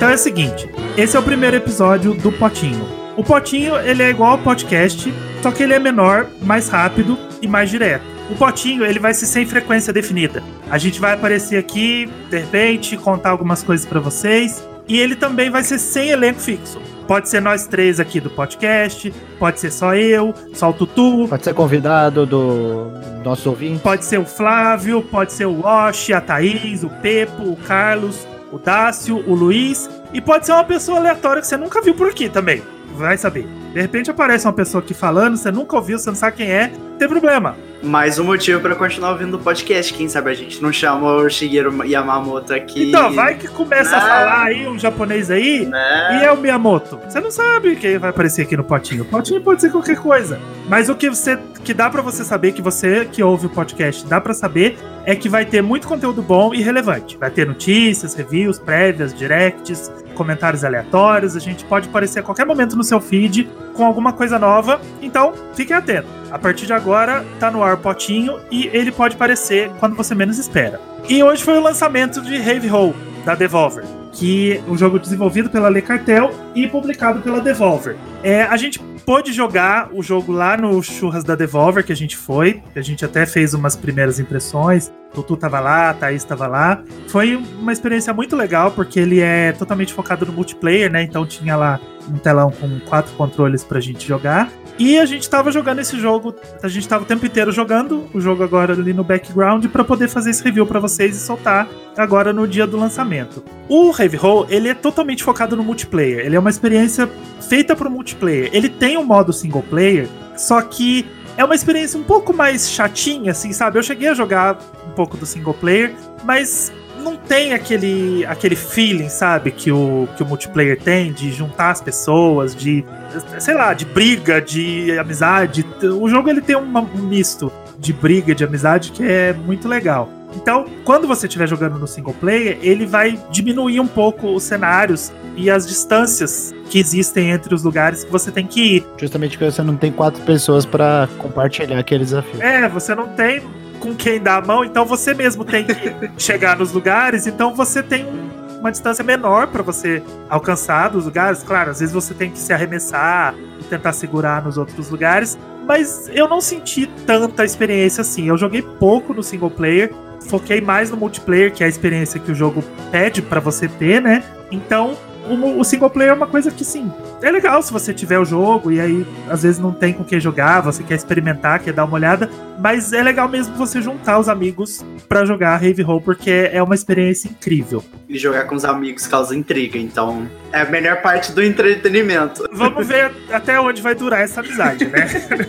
Então é o seguinte, esse é o primeiro episódio do Potinho. O Potinho, ele é igual ao podcast, só que ele é menor, mais rápido e mais direto. O Potinho, ele vai ser sem frequência definida. A gente vai aparecer aqui, de repente, contar algumas coisas pra vocês. E ele também vai ser sem elenco fixo. Pode ser nós três aqui do podcast, pode ser só eu, só o Tutu. Pode ser convidado do nosso ouvinte. Pode ser o Flávio, pode ser o Oshi, a Thaís, o Pepo, o Carlos, o Dácio, o Luiz. E pode ser uma pessoa aleatória que você nunca viu por aqui também. Vai saber. De repente aparece uma pessoa aqui falando, você nunca ouviu, você não sabe quem é, não tem problema. Mais um motivo pra continuar ouvindo o podcast. Quem sabe a gente não chama o Shigeru Yamamoto aqui. Então, vai que começa a falar aí um japonês aí, e é o Miyamoto. Você não sabe quem vai aparecer aqui no Potinho. O Potinho pode ser qualquer coisa. Mas o que dá pra você saber, que você que ouve o podcast dá pra saber, é que vai ter muito conteúdo bom e relevante. Vai ter notícias, reviews, prévias, directs, comentários aleatórios. A gente pode aparecer a qualquer momento no seu feed com alguma coisa nova. Então, fiquem atentos. A partir de agora, tá no ar o Potinho e ele pode aparecer quando você menos espera. E hoje foi o lançamento de Heavy Roll, da Devolver, que é um jogo desenvolvido pela Le Cartel e publicado pela Devolver. A gente pôde jogar o jogo lá no Churras da Devolver, que a gente foi. A gente até fez umas primeiras impressões. Tutu tava lá, a Thaís tava lá. Foi uma experiência muito legal, porque ele é totalmente focado no multiplayer, né? Então tinha lá um telão com 4 controles pra gente jogar. E a gente tava jogando esse jogo, a gente tava o tempo inteiro jogando o jogo agora ali no background pra poder fazer esse review pra vocês e soltar agora no dia do lançamento. O Heavy Roll, ele é totalmente focado no multiplayer, ele é uma experiência feita pro multiplayer. Ele tem um modo single player, só que é uma experiência um pouco mais chatinha, assim, sabe? Eu cheguei a jogar um pouco do single player, mas não tem aquele feeling, sabe, que o multiplayer tem, de juntar as pessoas, de, sei lá, de briga, de amizade. O jogo, ele tem um misto de briga, de amizade, que é muito legal. Então, quando você estiver jogando no single player, ele vai diminuir um pouco os cenários e as distâncias que existem entre os lugares que você tem que ir. Justamente porque você não tem 4 pessoas pra compartilhar aquele desafio. Você não tem com quem dar a mão, então você mesmo tem que chegar nos lugares, então você tem uma distância menor pra você alcançar dos lugares. Claro, às vezes você tem que se arremessar e tentar segurar nos outros lugares, mas eu não senti tanta experiência assim. Eu joguei pouco no single player, foquei mais no multiplayer, que é a experiência que o jogo pede pra você ter, né? Então, o single player é uma coisa que, sim, é legal se você tiver o jogo e aí, às vezes, não tem com quem jogar, você quer experimentar, quer dar uma olhada, mas é legal mesmo você juntar os amigos pra jogar Heavy Roll, porque é uma experiência incrível. E jogar com os amigos causa intriga, então é a melhor parte do entretenimento. Vamos ver até onde vai durar essa amizade, né?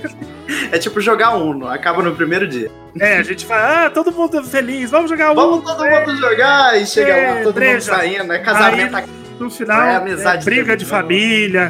É tipo jogar Uno, acaba no primeiro dia. A gente vai, todo mundo feliz, vamos jogar Uno. Vamos todo mundo jogar e chega lá, todo mundo saindo, casamento aqui. No final, briga de família,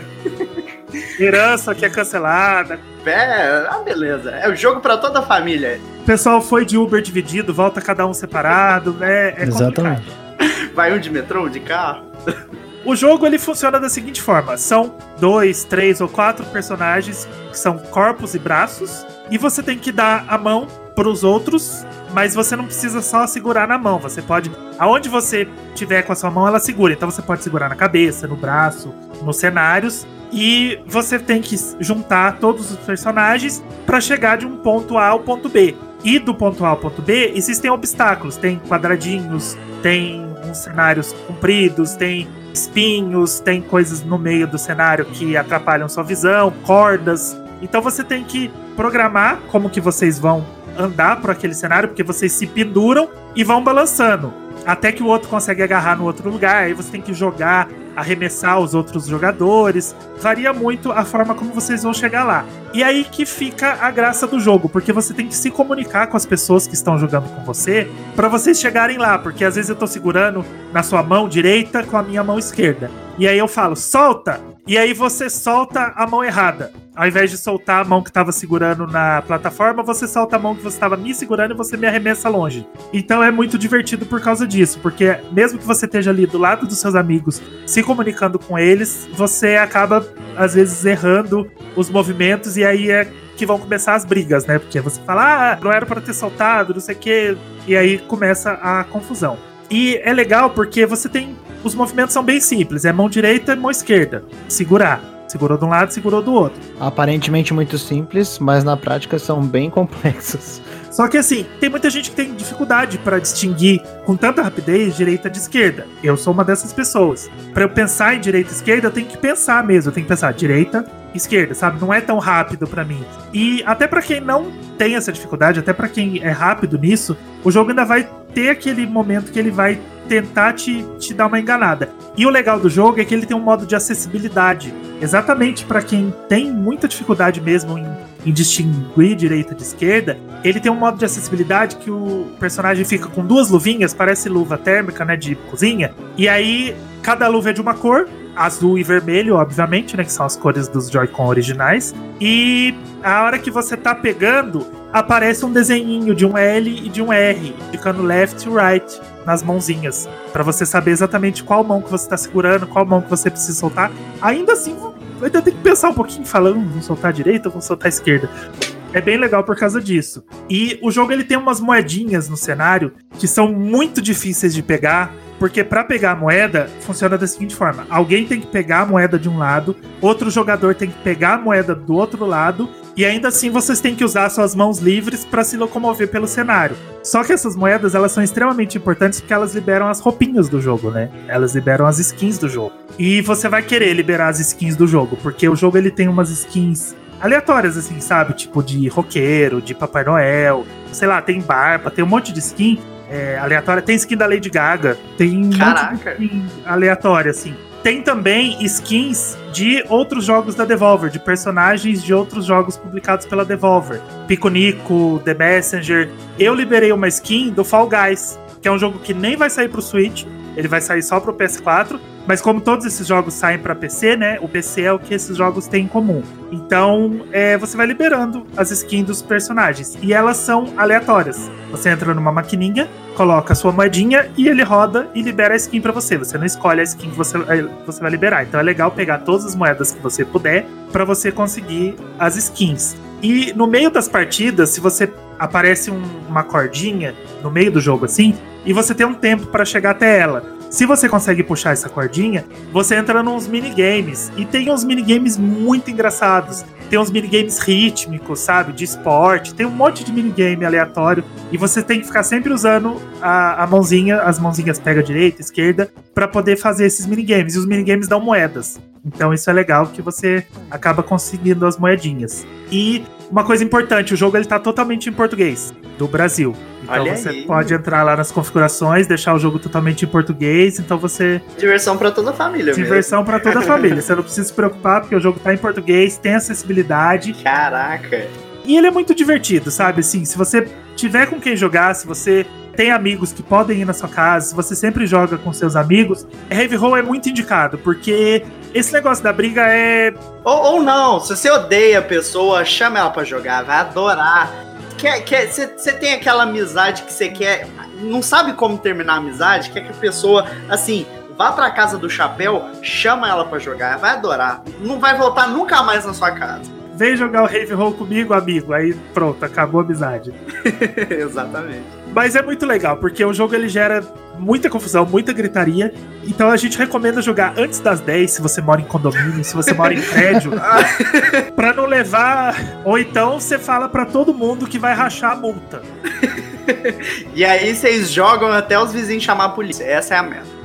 herança que é cancelada. Beleza. É o jogo pra toda a família. O pessoal foi de Uber dividido, volta cada um separado, né? Exatamente. Complicado. Vai um de metrô, um de carro. O jogo, ele funciona da seguinte forma. São 2, 3 ou 4 personagens que são corpos e braços. E você tem que dar a mão pros outros, mas você não precisa só segurar na mão. Você pode... Aonde você tiver com a sua mão, ela segura. Então você pode segurar na cabeça, no braço, nos cenários. E você tem que juntar todos os personagens para chegar de um ponto A ao ponto B. E do ponto A ao ponto B, existem obstáculos. Tem quadradinhos, tem uns cenários compridos, tem espinhos, tem coisas no meio do cenário que atrapalham sua visão, cordas. Então você tem que programar como que vocês vão andar por aquele cenário, porque vocês se penduram e vão balançando, até que o outro consegue agarrar no outro lugar. Aí você tem que jogar, arremessar os outros jogadores. Varia muito a forma como vocês vão chegar lá. E aí que fica a graça do jogo, porque você tem que se comunicar com as pessoas que estão jogando com você pra vocês chegarem lá, porque às vezes eu tô segurando na sua mão direita com a minha mão esquerda. E aí eu falo, solta! E aí você solta a mão errada. Ao invés de soltar a mão que estava segurando na plataforma, você solta a mão que você estava me segurando e você me arremessa longe. Então é muito divertido por causa disso, porque mesmo que você esteja ali do lado dos seus amigos, se comunicando com eles, você acaba, às vezes, errando os movimentos, e aí é que vão começar as brigas, né? Porque você fala, não era para ter soltado, não sei o quê, e aí começa a confusão. E é legal porque você tem os movimentos são bem simples. É mão direita e mão esquerda. Segurar. Segurou de um lado, segurou do outro. Aparentemente muito simples, mas na prática são bem complexos. Só que assim, tem muita gente que tem dificuldade pra distinguir com tanta rapidez direita de esquerda. Eu sou uma dessas pessoas. Pra eu pensar em direita e esquerda, eu tenho que pensar mesmo. Eu tenho que pensar direita e esquerda, sabe? Não é tão rápido pra mim. E até pra quem não tem essa dificuldade, até pra quem é rápido nisso, o jogo ainda vai ter aquele momento que ele vai tentar te dar uma enganada. E o legal do jogo é que ele tem um modo de acessibilidade. Exatamente pra quem tem muita dificuldade mesmo em distinguir direita de esquerda, ele tem um modo de acessibilidade que o personagem fica com 2 luvinhas, parece luva térmica, né, de cozinha, e aí cada luva é de uma cor, azul e vermelho, obviamente, né, que são as cores dos Joy-Con originais, e a hora que você tá pegando, aparece um desenhinho de um L e de um R, ficando left e right nas mãozinhas, pra você saber exatamente qual mão que você tá segurando, qual mão que você precisa soltar. Ainda assim, ainda tem que pensar um pouquinho, falando, vou soltar a direita ou vou soltar a esquerda. É bem legal por causa disso. E o jogo ele tem umas moedinhas no cenário que são muito difíceis de pegar, porque pra pegar a moeda funciona da seguinte forma: alguém tem que pegar a moeda de um lado, outro jogador tem que pegar a moeda do outro lado, e ainda assim vocês têm que usar suas mãos livres pra se locomover pelo cenário. Só que essas moedas, elas são extremamente importantes porque elas liberam as roupinhas do jogo, né? Elas liberam as skins do jogo. E você vai querer liberar as skins do jogo, porque o jogo ele tem umas skins aleatórias, assim, sabe? Tipo de roqueiro, de Papai Noel, sei lá, tem barba, tem um monte de skin aleatória. Tem skin da Lady Gaga, tem um monte de skin aleatória, assim. Tem também skins de outros jogos da Devolver, de personagens de outros jogos publicados pela Devolver. Pico Nico, The Messenger. Eu liberei uma skin do Fall Guys, que é um jogo que nem vai sair pro Switch, ele vai sair só pro PS4, mas como todos esses jogos saem pra PC, né, o PC é o que esses jogos têm em comum. Então, você vai liberando as skins dos personagens, e elas são aleatórias. Você entra numa maquininha, coloca a sua moedinha, e ele roda e libera a skin pra você. Você não escolhe a skin que você vai liberar. Então é legal pegar todas as moedas que você puder pra você conseguir as skins. E no meio das partidas, se você aparece uma cordinha no meio do jogo assim, e você tem um tempo pra chegar até ela. Se você consegue puxar essa cordinha, você entra nos minigames. E tem uns minigames muito engraçados. Tem uns minigames rítmicos, sabe? De esporte. Tem um monte de minigame aleatório. E você tem que ficar sempre usando a mãozinha. As mãozinhas pega direita, esquerda, pra poder fazer esses minigames. E os minigames dão moedas. Então isso é legal, que você acaba conseguindo as moedinhas. E uma coisa importante, o jogo ele tá totalmente em português, do Brasil. Então olha você aí. Pode entrar lá nas configurações, deixar o jogo totalmente em português, então você... Diversão pra toda a família. Diversão pra toda a família. Você não precisa se preocupar, porque o jogo tá em português, tem acessibilidade. Caraca! E ele é muito divertido, sabe? Assim, se você tiver com quem jogar, se você tem amigos que podem ir na sua casa, se você sempre joga com seus amigos, Heavy Roll é muito indicado, porque esse negócio da briga é... Ou não, se você odeia a pessoa, chama ela pra jogar, vai adorar. Você tem aquela amizade que você quer, não sabe como terminar a amizade, quer que a pessoa, assim, vá pra casa do chapéu, chama ela pra jogar, vai adorar. Não vai voltar nunca mais na sua casa. Vem jogar o Heavy Roll comigo, amigo. Aí pronto, acabou a amizade. Exatamente. Mas é muito legal, porque o jogo ele gera muita confusão, muita gritaria. Então a gente recomenda jogar antes das 10, se você mora em condomínio, se você mora em prédio, pra não levar... Ou então você fala pra todo mundo que vai rachar a multa. E aí vocês jogam até os vizinhos chamar a polícia. Essa é a meta.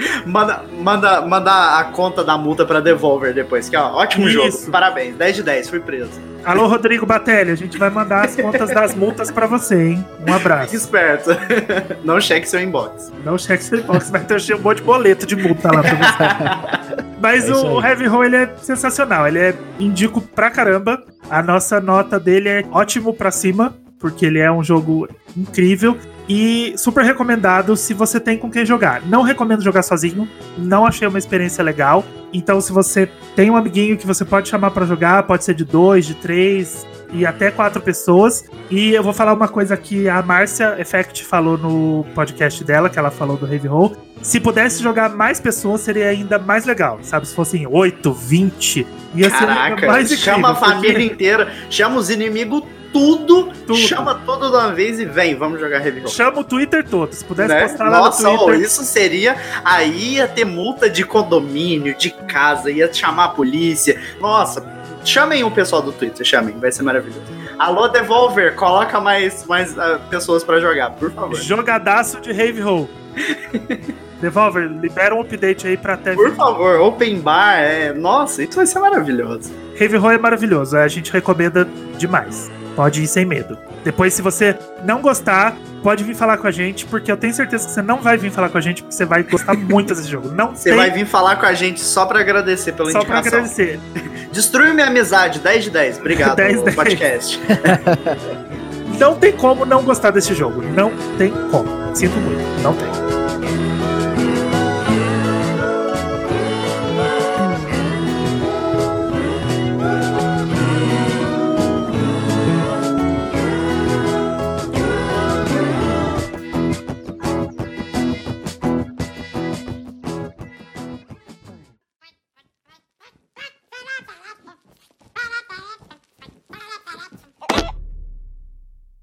manda a conta da multa pra Devolver depois, que ó, ótimo jogo, parabéns, 10 de 10, fui preso. Alô, Rodrigo Batelli, a gente vai mandar as contas das multas pra você, hein? Um abraço. Fique esperto. Não cheque seu inbox. Não cheque seu inbox, vai ter um monte de boleto de multa lá pra você. Mas o Heavy Roll, ele é sensacional, ele é indico pra caramba. A nossa nota dele é ótimo pra cima, porque ele é um jogo incrível e super recomendado se você tem com quem jogar. Não recomendo jogar sozinho, não achei uma experiência legal. Então se você tem um amiguinho que você pode chamar pra jogar, pode ser de 2, de 3 e até 4 pessoas. E eu vou falar uma coisa que a Márcia Effect falou no podcast dela, que ela falou do Heavy Roll. Se pudesse jogar mais pessoas, seria ainda mais legal, sabe? Se fossem 8, 20, ia ser mais incrível. Chama a família inteira, chama os inimigos tudo, chama tudo de uma vez e vem, vamos jogar Heavy Roll. Chama o Twitter todo, se pudesse postar lá Nossa, no Twitter. Isso seria, aí ia ter multa de condomínio, de casa, ia chamar a polícia. Nossa, chamem o pessoal do Twitter, vai ser maravilhoso. Alô, Devolver, coloca mais pessoas pra jogar, por favor. Jogadaço de Heavy Roll. Devolver, libera um update aí pra até... Por favor, Open Bar, nossa, isso vai ser maravilhoso. Heavy Roll é maravilhoso, a gente recomenda demais. Pode ir sem medo. Depois, se você não gostar, pode vir falar com a gente, porque eu tenho certeza que você não vai vir falar com a gente, porque você vai gostar muito desse jogo. Você vai vir falar com a gente só pra agradecer pela indicação. Só pra agradecer. Destruiu minha amizade, 10 de 10. Obrigado, 10 podcast. Não tem como não gostar desse jogo. Não tem como. Sinto muito, não tem.